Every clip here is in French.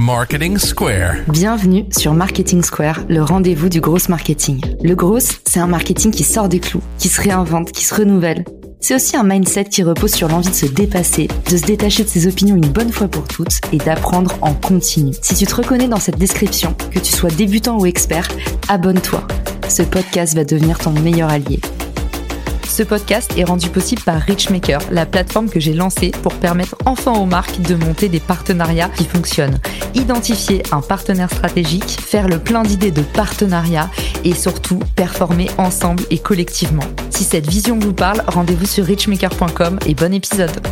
Marketing Square. Bienvenue sur Marketing Square, le rendez-vous du gros marketing. Le gros, c'est un marketing qui sort des clous, qui se réinvente, qui se renouvelle. C'est aussi un mindset qui repose sur l'envie de se dépasser, de se détacher de ses opinions une bonne fois pour toutes et d'apprendre en continu. Si tu te reconnais dans cette description, que tu sois débutant ou expert, abonne-toi. Ce podcast va devenir ton meilleur allié. Ce podcast est rendu possible par Richmaker, la plateforme que j'ai lancée pour permettre enfin aux marques de monter des partenariats qui fonctionnent. Identifier un partenaire stratégique, faire le plein d'idées de partenariat et surtout performer ensemble et collectivement. Si cette vision vous parle, rendez-vous sur richmaker.com et bon épisode.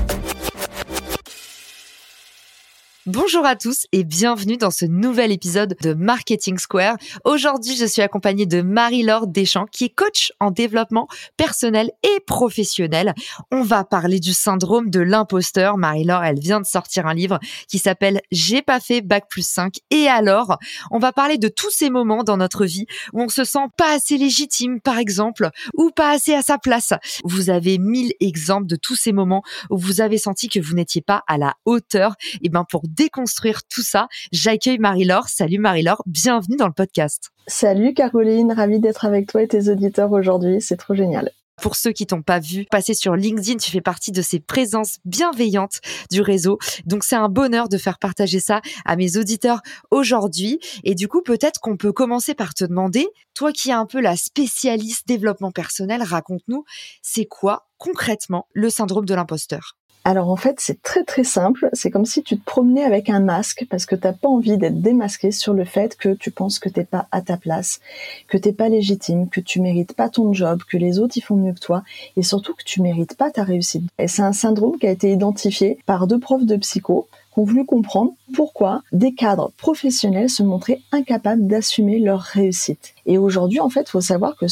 Bonjour à tous et bienvenue dans ce nouvel épisode de Marketing Square. Aujourd'hui, je suis accompagnée de Marie-Laure Deschamps qui est coach en développement personnel et professionnel. On va parler du syndrome de l'imposteur. Marie-Laure, elle vient de sortir un livre qui s'appelle « J'ai pas fait Bac+5 ». Et alors, on va parler de tous ces moments dans notre vie où on se sent pas assez légitime, par exemple, ou pas assez à sa place. Vous avez 1000 exemples de tous ces moments où vous avez senti que vous n'étiez pas à la hauteur. Et pour déconstruire tout ça, j'accueille Marie-Laure. Salut Marie-Laure, bienvenue dans le podcast. Salut Caroline, ravie d'être avec toi et tes auditeurs aujourd'hui, c'est trop génial. Pour ceux qui t'ont pas vu passer sur LinkedIn, tu fais partie de ces présences bienveillantes du réseau. Donc c'est un bonheur de faire partager ça à mes auditeurs aujourd'hui. Et du coup, peut-être qu'on peut commencer par te demander, toi qui es un peu la spécialiste développement personnel, raconte-nous, c'est quoi concrètement le syndrome de l'imposteur ? Alors en fait, c'est très très simple. C'est comme si tu te promenais avec un masque parce que t'as pas envie d'être démasqué sur le fait que tu penses que t'es pas à ta place, que t'es pas légitime, que tu mérites pas ton job, que les autres ils font mieux que toi et surtout que tu mérites pas ta réussite. Et c'est un syndrome qui a été identifié par 2 profs de psycho qui ont voulu comprendre pourquoi des cadres professionnels se montraient incapables d'assumer leur réussite. Et aujourd'hui, en fait, il faut savoir que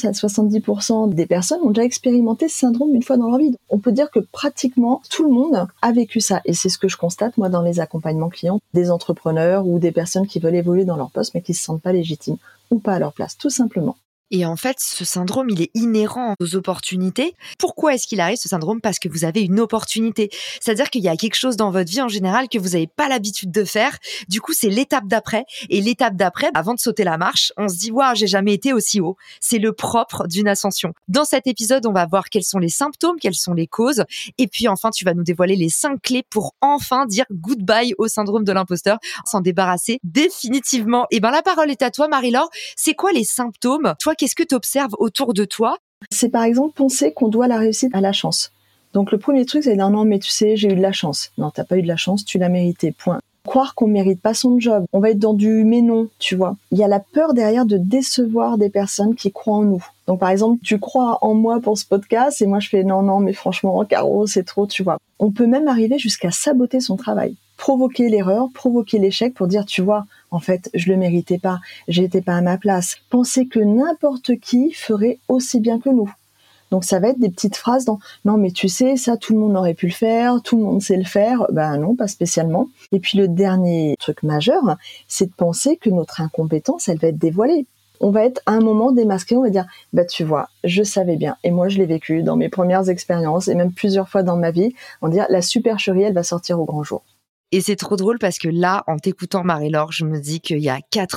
60-70% des personnes ont déjà expérimenté ce syndrome une fois dans leur vie. On peut dire que pratiquement tout le monde a vécu ça. Et c'est ce que je constate, moi, dans les accompagnements clients, des entrepreneurs ou des personnes qui veulent évoluer dans leur poste, mais qui se sentent pas légitimes ou pas à leur place, tout simplement. Et en fait, ce syndrome, il est inhérent aux opportunités. Pourquoi est-ce qu'il arrive, ce syndrome ? Parce que vous avez une opportunité. C'est-à-dire qu'il y a quelque chose dans votre vie en général que vous n'avez pas l'habitude de faire. Du coup, c'est l'étape d'après. Et l'étape d'après, avant de sauter la marche, on se dit « Waouh, j'ai jamais été aussi haut ». C'est le propre d'une ascension. Dans cet épisode, on va voir quels sont les symptômes, quelles sont les causes. Et puis enfin, tu vas nous dévoiler les 5 clés pour enfin dire goodbye au syndrome de l'imposteur, s'en débarrasser définitivement. Et la parole est à toi, Marie-Laure. C'est quoi les symptômes ? Toi, qu'est-ce que tu observes autour de toi ? C'est par exemple penser qu'on doit la réussite à la chance. Donc le premier truc, c'est de dire non mais tu sais, j'ai eu de la chance. Non, t'as pas eu de la chance, tu l'as mérité, point. Croire qu'on mérite pas son job, on va être dans du mais non, tu vois. Il y a la peur derrière de décevoir des personnes qui croient en nous. Donc par exemple, tu crois en moi pour ce podcast et moi je fais non mais franchement Caro, c'est trop, tu vois. On peut même arriver jusqu'à saboter son travail, provoquer l'erreur, provoquer l'échec pour dire tu vois, en fait, je le méritais pas, j'étais pas à ma place. Penser que n'importe qui ferait aussi bien que nous. Donc ça va être des petites phrases dans « Non mais tu sais, ça tout le monde aurait pu le faire, tout le monde sait le faire ». Ben non, pas spécialement. Et puis le dernier truc majeur, c'est de penser que notre incompétence, elle va être dévoilée. On va être à un moment démasqué, on va dire « Bah tu vois, je savais bien ». Et moi je l'ai vécu dans mes premières expériences et même plusieurs fois dans ma vie. On va dire « La supercherie, elle va sortir au grand jour ». Et c'est trop drôle parce que là, en t'écoutant Marie-Laure, je me dis qu'il y a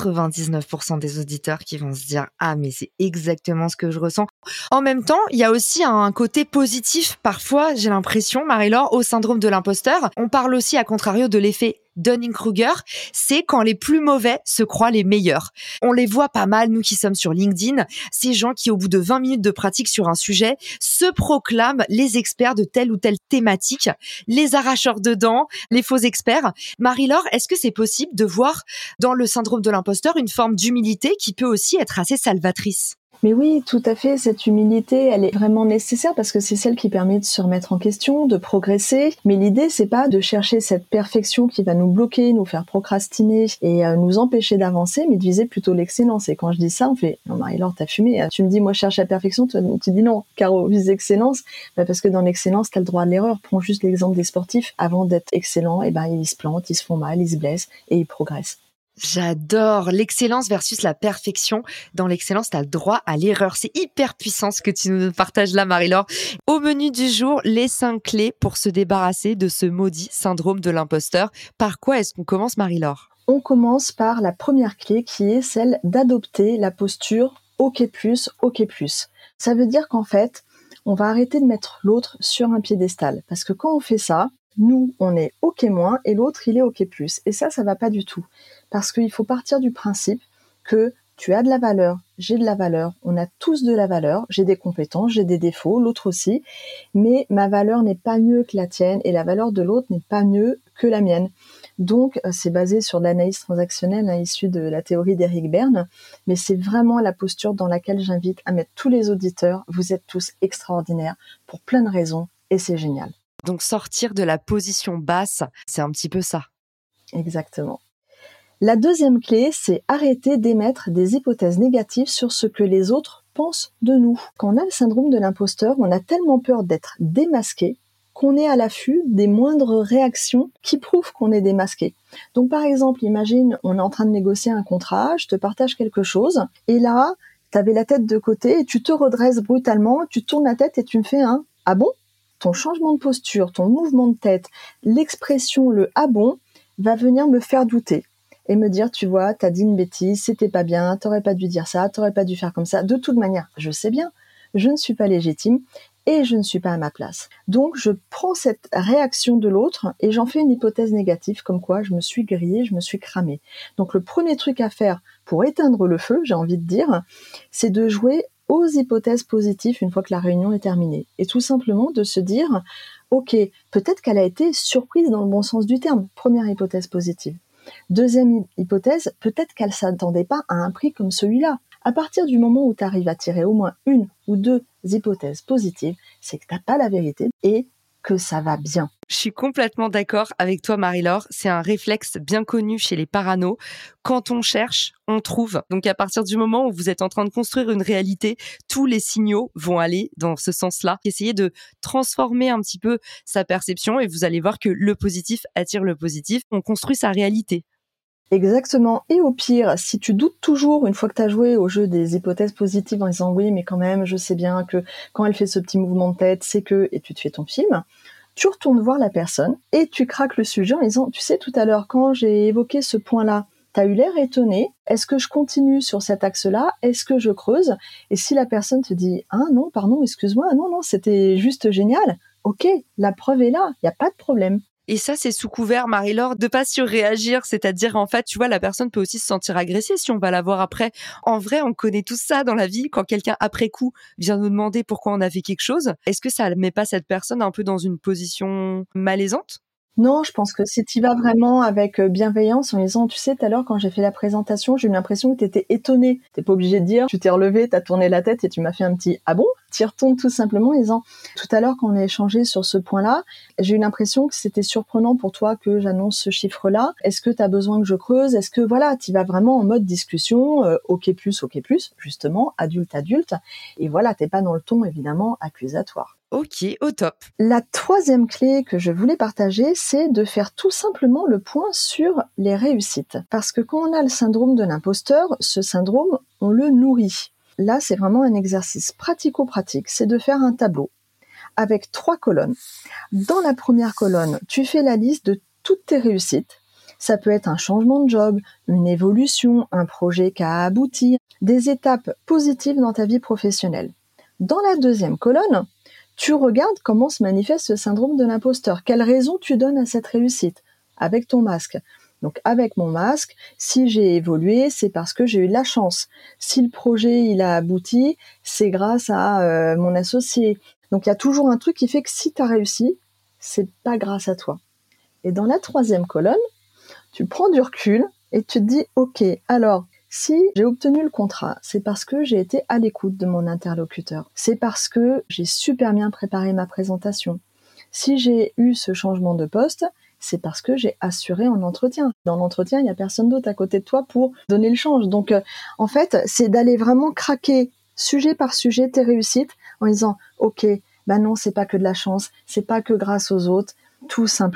99% des auditeurs qui vont se dire « Ah, mais c'est exactement ce que je ressens ». En même temps, il y a aussi un côté positif. Parfois, j'ai l'impression, Marie-Laure, au syndrome de l'imposteur, on parle aussi à contrario de l'effet Dunning-Kruger, c'est quand les plus mauvais se croient les meilleurs. On les voit pas mal, nous qui sommes sur LinkedIn, ces gens qui, au bout de 20 minutes de pratique sur un sujet, se proclament les experts de telle ou telle thématique, les arracheurs de dents, les faux experts. Marie-Laure, est-ce que c'est possible de voir dans le syndrome de l'imposteur une forme d'humilité qui peut aussi être assez salvatrice ? Mais oui, tout à fait, cette humilité, elle est vraiment nécessaire parce que c'est celle qui permet de se remettre en question, de progresser. Mais l'idée, c'est pas de chercher cette perfection qui va nous bloquer, nous faire procrastiner et nous empêcher d'avancer, mais de viser plutôt l'excellence. Et quand je dis ça, on fait « Non Marie-Laure, t'as fumé. Tu me dis, moi, je cherche la perfection. » Tu dis « Non, Caro, vise l'excellence. » Parce que dans l'excellence, t'as le droit à l'erreur. Prends juste l'exemple des sportifs. Avant d'être excellents, ils se plantent, ils se font mal, ils se blessent et ils progressent. J'adore l'excellence versus la perfection. Dans l'excellence, tu as le droit à l'erreur. C'est hyper puissant ce que tu nous partages là, Marie-Laure. Au menu du jour, les 5 clés pour se débarrasser de ce maudit syndrome de l'imposteur. Par quoi est-ce qu'on commence, Marie-Laure ? On commence par la première clé qui est celle d'adopter la posture OK+, OK+. Ça veut dire qu'en fait, on va arrêter de mettre l'autre sur un piédestal. Parce que quand on fait ça, nous, on est OK- et l'autre, il est OK+. Et ça va pas du tout. Parce qu'il faut partir du principe que tu as de la valeur, j'ai de la valeur, on a tous de la valeur, j'ai des compétences, j'ai des défauts, l'autre aussi, mais ma valeur n'est pas mieux que la tienne et la valeur de l'autre n'est pas mieux que la mienne. Donc, c'est basé sur l'analyse transactionnelle issue de la théorie d'Eric Berne, mais c'est vraiment la posture dans laquelle j'invite à mettre tous les auditeurs. Vous êtes tous extraordinaires pour plein de raisons et c'est génial. Donc, sortir de la position basse, c'est un petit peu ça. Exactement. La deuxième clé, c'est arrêter d'émettre des hypothèses négatives sur ce que les autres pensent de nous. Quand on a le syndrome de l'imposteur, on a tellement peur d'être démasqué qu'on est à l'affût des moindres réactions qui prouvent qu'on est démasqué. Donc par exemple, imagine, on est en train de négocier un contrat, je te partage quelque chose, et là, tu avais la tête de côté et tu te redresses brutalement, tu tournes la tête et tu me fais un « ah bon ?» Ton changement de posture, ton mouvement de tête, l'expression, le « ah bon ?» va venir me faire douter et me dire, tu vois, t'as dit une bêtise, c'était pas bien, t'aurais pas dû dire ça, t'aurais pas dû faire comme ça. De toute manière, je sais bien, je ne suis pas légitime et je ne suis pas à ma place. Donc, je prends cette réaction de l'autre et j'en fais une hypothèse négative, comme quoi je me suis grillée, je me suis cramée. Donc, le premier truc à faire pour éteindre le feu, j'ai envie de dire, c'est de jouer aux hypothèses positives une fois que la réunion est terminée. Et tout simplement de se dire, ok, peut-être qu'elle a été surprise dans le bon sens du terme. Première hypothèse positive. Deuxième hypothèse, peut-être qu'elle ne s'attendait pas à un prix comme celui-là. À partir du moment où tu arrives à tirer au moins une ou deux hypothèses positives, c'est que tu n'as pas la vérité et que ça va bien. Je suis complètement d'accord avec toi, Marie-Laure. C'est un réflexe bien connu chez les paranos. Quand on cherche, on trouve. Donc, à partir du moment où vous êtes en train de construire une réalité, tous les signaux vont aller dans ce sens-là. Essayez de transformer un petit peu sa perception et vous allez voir que le positif attire le positif. On construit sa réalité. Exactement. Et au pire, si tu doutes toujours, une fois que tu as joué au jeu des hypothèses positives en disant oui, mais quand même, je sais bien que quand elle fait ce petit mouvement de tête, c'est que, et tu te fais ton film, tu retournes voir la personne et tu craques le sujet en disant, tu sais, tout à l'heure, quand j'ai évoqué ce point-là, t'as eu l'air étonné. Est-ce que je continue sur cet axe-là? Est-ce que je creuse? Et si la personne te dit, ah non, pardon, excuse-moi, non, c'était juste génial. Ok, la preuve est là, il n'y a pas de problème. Et ça, c'est sous couvert, Marie-Laure, de pas surréagir. C'est-à-dire, en fait, tu vois, la personne peut aussi se sentir agressée si on va la voir après. En vrai, on connaît tout ça dans la vie. Quand quelqu'un, après coup, vient nous demander pourquoi on a fait quelque chose, est-ce que ça ne met pas cette personne un peu dans une position malaisante? Non, je pense que si tu vas vraiment avec bienveillance en disant, tu sais, tout à l'heure, quand j'ai fait la présentation, j'ai eu l'impression que tu étais étonné. T'es pas obligé de dire, tu t'es relevé, t'as tourné la tête et tu m'as fait un petit « ah bon ?» Tu retournes tout simplement en disant, tout à l'heure, quand on a échangé sur ce point-là, j'ai eu l'impression que c'était surprenant pour toi que j'annonce ce chiffre-là. Est-ce que tu as besoin que je creuse? Est-ce que, voilà, tu vas vraiment en mode discussion, OK+, justement, adulte. Et voilà, t'es pas dans le ton, évidemment, accusatoire. Ok, au top. La troisième clé que je voulais partager, c'est de faire tout simplement le point sur les réussites. Parce que quand on a le syndrome de l'imposteur, ce syndrome, on le nourrit. Là, c'est vraiment un exercice pratico-pratique, c'est de faire un tableau avec 3 colonnes. Dans la première colonne, tu fais la liste de toutes tes réussites. Ça peut être un changement de job, une évolution, un projet qui a abouti, des étapes positives dans ta vie professionnelle. Dans la deuxième colonne, tu regardes comment se manifeste ce syndrome de l'imposteur. Quelle raison tu donnes à cette réussite? Avec ton masque. Donc avec mon masque, si j'ai évolué, c'est parce que j'ai eu de la chance. Si le projet il a abouti, c'est grâce à mon associé. Donc il y a toujours un truc qui fait que si tu as réussi, c'est pas grâce à toi. Et dans la troisième colonne, tu prends du recul et tu te dis, ok, alors si j'ai obtenu le contrat, c'est parce que j'ai été à l'écoute de mon interlocuteur. C'est parce que j'ai super bien préparé ma présentation. Si j'ai eu ce changement de poste, c'est parce que j'ai assuré en entretien. Dans l'entretien, il n'y a personne d'autre à côté de toi pour donner le change. Donc, en fait, c'est d'aller vraiment craquer sujet par sujet tes réussites en disant, ok, non, c'est pas que de la chance, c'est pas que grâce aux autres, tout simplement.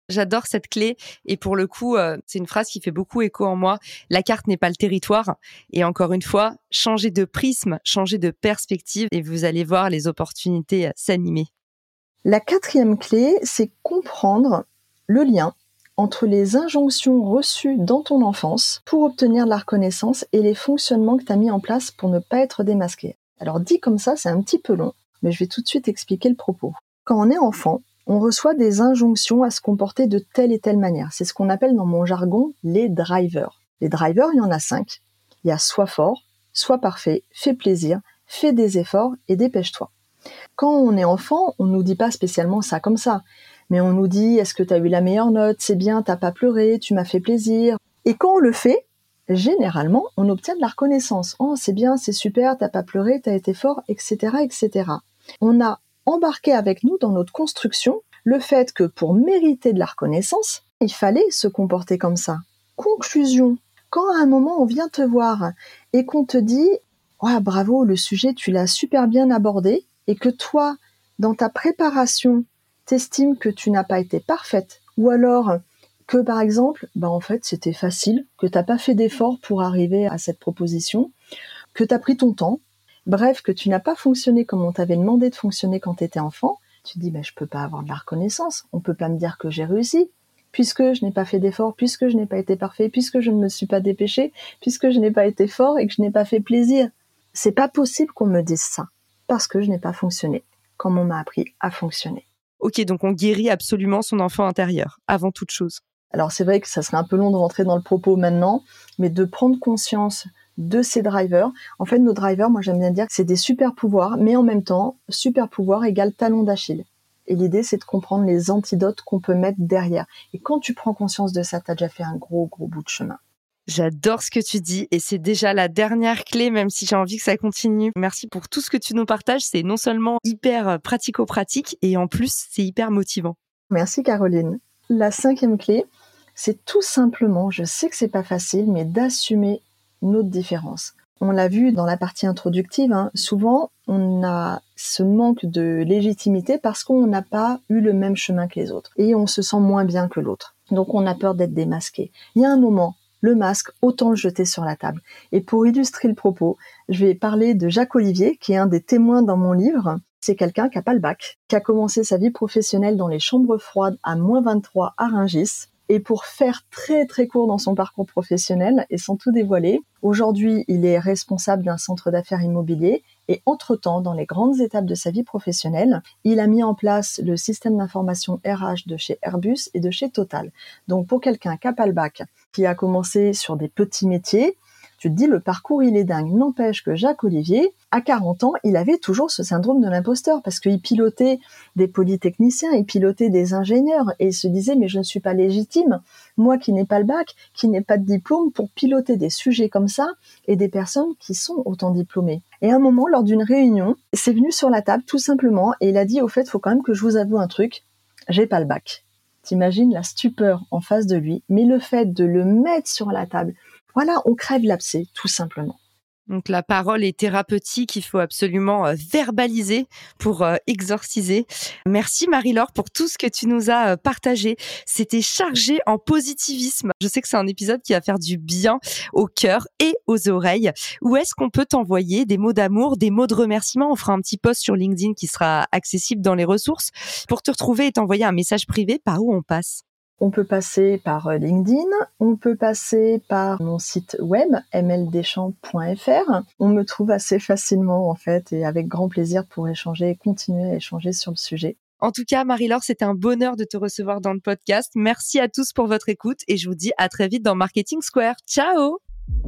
J'adore cette clé et pour le coup, c'est une phrase qui fait beaucoup écho en moi. La carte n'est pas le territoire et encore une fois, changez de prisme, changez de perspective et vous allez voir les opportunités s'animer. La 4e clé, c'est comprendre le lien entre les injonctions reçues dans ton enfance pour obtenir de la reconnaissance et les fonctionnements que tu as mis en place pour ne pas être démasqué. Alors dit comme ça, c'est un petit peu long, mais je vais tout de suite expliquer le propos. Quand on est enfant, on reçoit des injonctions à se comporter de telle et telle manière. C'est ce qu'on appelle dans mon jargon les drivers. Les drivers, il y en a 5. Il y a sois fort, sois parfait, fais plaisir, fais des efforts et dépêche-toi. Quand on est enfant, on nous dit pas spécialement ça comme ça. Mais on nous dit, est-ce que tu as eu la meilleure note? C'est bien, t'as pas pleuré, tu m'as fait plaisir. Et quand on le fait, généralement, on obtient de la reconnaissance. Oh, c'est bien, c'est super, t'as pas pleuré, t'as été fort, etc., etc. On a embarqué avec nous dans notre construction le fait que pour mériter de la reconnaissance, il fallait se comporter comme ça. Conclusion. Quand à un moment on vient te voir et qu'on te dit « Ouais, bravo, le sujet, tu l'as super bien abordé » et que toi, dans ta préparation, t'estimes que tu n'as pas été parfaite ou alors que par exemple, en fait, c'était facile, que t'as pas fait d'effort pour arriver à cette proposition, que t'as pris ton temps, bref, que tu n'as pas fonctionné comme on t'avait demandé de fonctionner quand t'étais enfant, tu te dis, je peux pas avoir de la reconnaissance, on peut pas me dire que j'ai réussi, puisque je n'ai pas fait d'effort, puisque je n'ai pas été parfait, puisque je ne me suis pas dépêché, puisque je n'ai pas été fort et que je n'ai pas fait plaisir. C'est pas possible qu'on me dise ça, parce que je n'ai pas fonctionné comme on m'a appris à fonctionner. Ok, donc on guérit absolument son enfant intérieur, avant toute chose. Alors c'est vrai que ça serait un peu long de rentrer dans le propos maintenant, mais de prendre conscience de ces drivers. En fait, nos drivers, moi j'aime bien dire que c'est des super pouvoirs, mais en même temps, super pouvoir égale talon d'Achille. Et l'idée, c'est de comprendre les antidotes qu'on peut mettre derrière. Et quand tu prends conscience de ça, t'as déjà fait un gros bout de chemin. J'adore ce que tu dis et c'est déjà la dernière clé, même si j'ai envie que ça continue. Merci pour tout ce que tu nous partages. C'est non seulement hyper pratico-pratique et en plus, c'est hyper motivant. Merci Caroline. La 5e clé, c'est tout simplement, je sais que c'est pas facile, mais d'assumer notre différence. On l'a vu dans la partie introductive, souvent on a ce manque de légitimité parce qu'on n'a pas eu le même chemin que les autres et on se sent moins bien que l'autre. Donc on a peur d'être démasqué. Il y a un moment, le masque, autant le jeter sur la table. Et pour illustrer le propos, je vais parler de Jacques Olivier, qui est un des témoins dans mon livre. C'est quelqu'un qui n'a pas le bac, qui a commencé sa vie professionnelle dans les chambres froides à -23 à Rungis. Et pour faire très très court dans son parcours professionnel et sans tout dévoiler, aujourd'hui il est responsable d'un centre d'affaires immobilier et entre-temps, dans les grandes étapes de sa vie professionnelle, il a mis en place le système d'information RH de chez Airbus et de chez Total. Donc pour quelqu'un qui n'a pas le bac, qui a commencé sur des petits métiers, tu te dis le parcours il est dingue. N'empêche que Jacques Olivier, à 40 ans, il avait toujours ce syndrome de l'imposteur parce qu'il pilotait des polytechniciens, il pilotait des ingénieurs et il se disait mais je ne suis pas légitime, moi qui n'ai pas le bac, qui n'ai pas de diplôme pour piloter des sujets comme ça et des personnes qui sont autant diplômées. Et à un moment, lors d'une réunion, c'est venu sur la table tout simplement et il a dit au fait, il faut quand même que je vous avoue un truc, j'ai pas le bac. T'imagines la stupeur en face de lui, mais le fait de le mettre sur la table, voilà, on crève l'abcès, tout simplement. Donc la parole est thérapeutique, il faut absolument verbaliser pour exorciser. Merci Marie-Laure pour tout ce que tu nous as partagé. C'était chargé en positivisme. Je sais que c'est un épisode qui va faire du bien au cœur et aux oreilles. Où est-ce qu'on peut t'envoyer des mots d'amour, des mots de remerciement? On fera un petit post sur LinkedIn qui sera accessible dans les ressources. Pour te retrouver et t'envoyer un message privé, par où on passe? On peut passer par LinkedIn, on peut passer par mon site web mldeschamps.fr. On me trouve assez facilement en fait et avec grand plaisir pour échanger et continuer à échanger sur le sujet. En tout cas, Marie-Laure, c'était un bonheur de te recevoir dans le podcast. Merci à tous pour votre écoute et je vous dis à très vite dans Marketing Square. Ciao!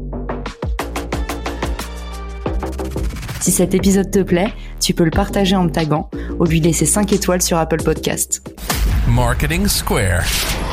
Si cet épisode te plaît, tu peux le partager en me taguant ou lui laisser 5 étoiles sur Apple Podcasts. Marketing Square.